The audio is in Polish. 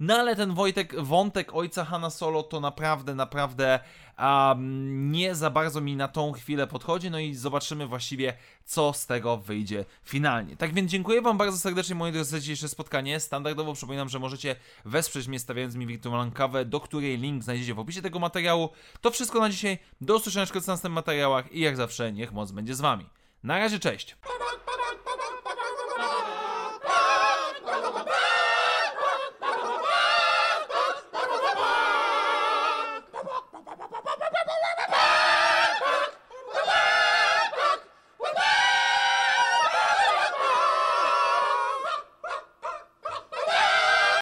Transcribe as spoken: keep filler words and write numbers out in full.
no ale ten Wojtek, wątek ojca Hanna Solo to naprawdę, naprawdę um, nie za bardzo mi na tą chwilę podchodzi, no i zobaczymy właściwie, co z tego wyjdzie finalnie. Tak więc dziękuję wam bardzo serdecznie, moi drodzy, za dzisiejsze spotkanie. Standardowo przypominam, że możecie wesprzeć mnie stawiając mi wirtualną kawę, do której link znajdziecie w opisie tego materiału. To wszystko na dzisiaj, do usłyszenia w następnych materiałach i jak zawsze niech moc będzie z wami. Na razie, cześć!